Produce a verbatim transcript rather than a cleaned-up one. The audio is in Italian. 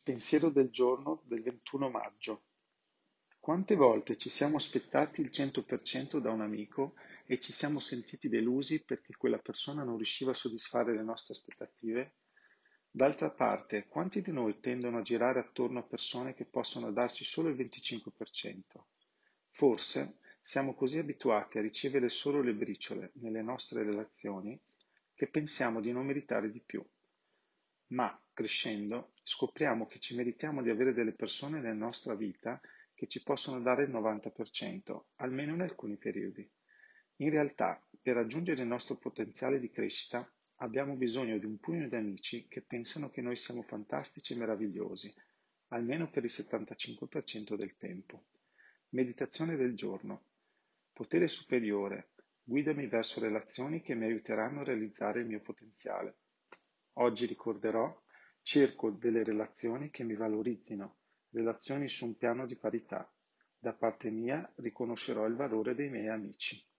Pensiero del giorno del ventuno maggio. Quante volte ci siamo aspettati il cento per cento da un amico e ci siamo sentiti delusi perché quella persona non riusciva a soddisfare le nostre aspettative? D'altra parte, quanti di noi tendono a girare attorno a persone che possono darci solo il venticinque per cento? Forse siamo così abituati a ricevere solo le briciole nelle nostre relazioni che pensiamo di non meritare di più. Ma crescendo scopriamo che ci meritiamo di avere delle persone nella nostra vita che ci possono dare il novanta per cento, almeno in alcuni periodi. In realtà, per raggiungere il nostro potenziale di crescita, abbiamo bisogno di un pugno di amici che pensano che noi siamo fantastici e meravigliosi, almeno per il settantacinque per cento del tempo. Meditazione del giorno. Potere superiore, guidami verso relazioni che mi aiuteranno a realizzare il mio potenziale. Oggi ricorderò, cerco delle relazioni che mi valorizzino, relazioni su un piano di parità. Da parte mia riconoscerò il valore dei miei amici.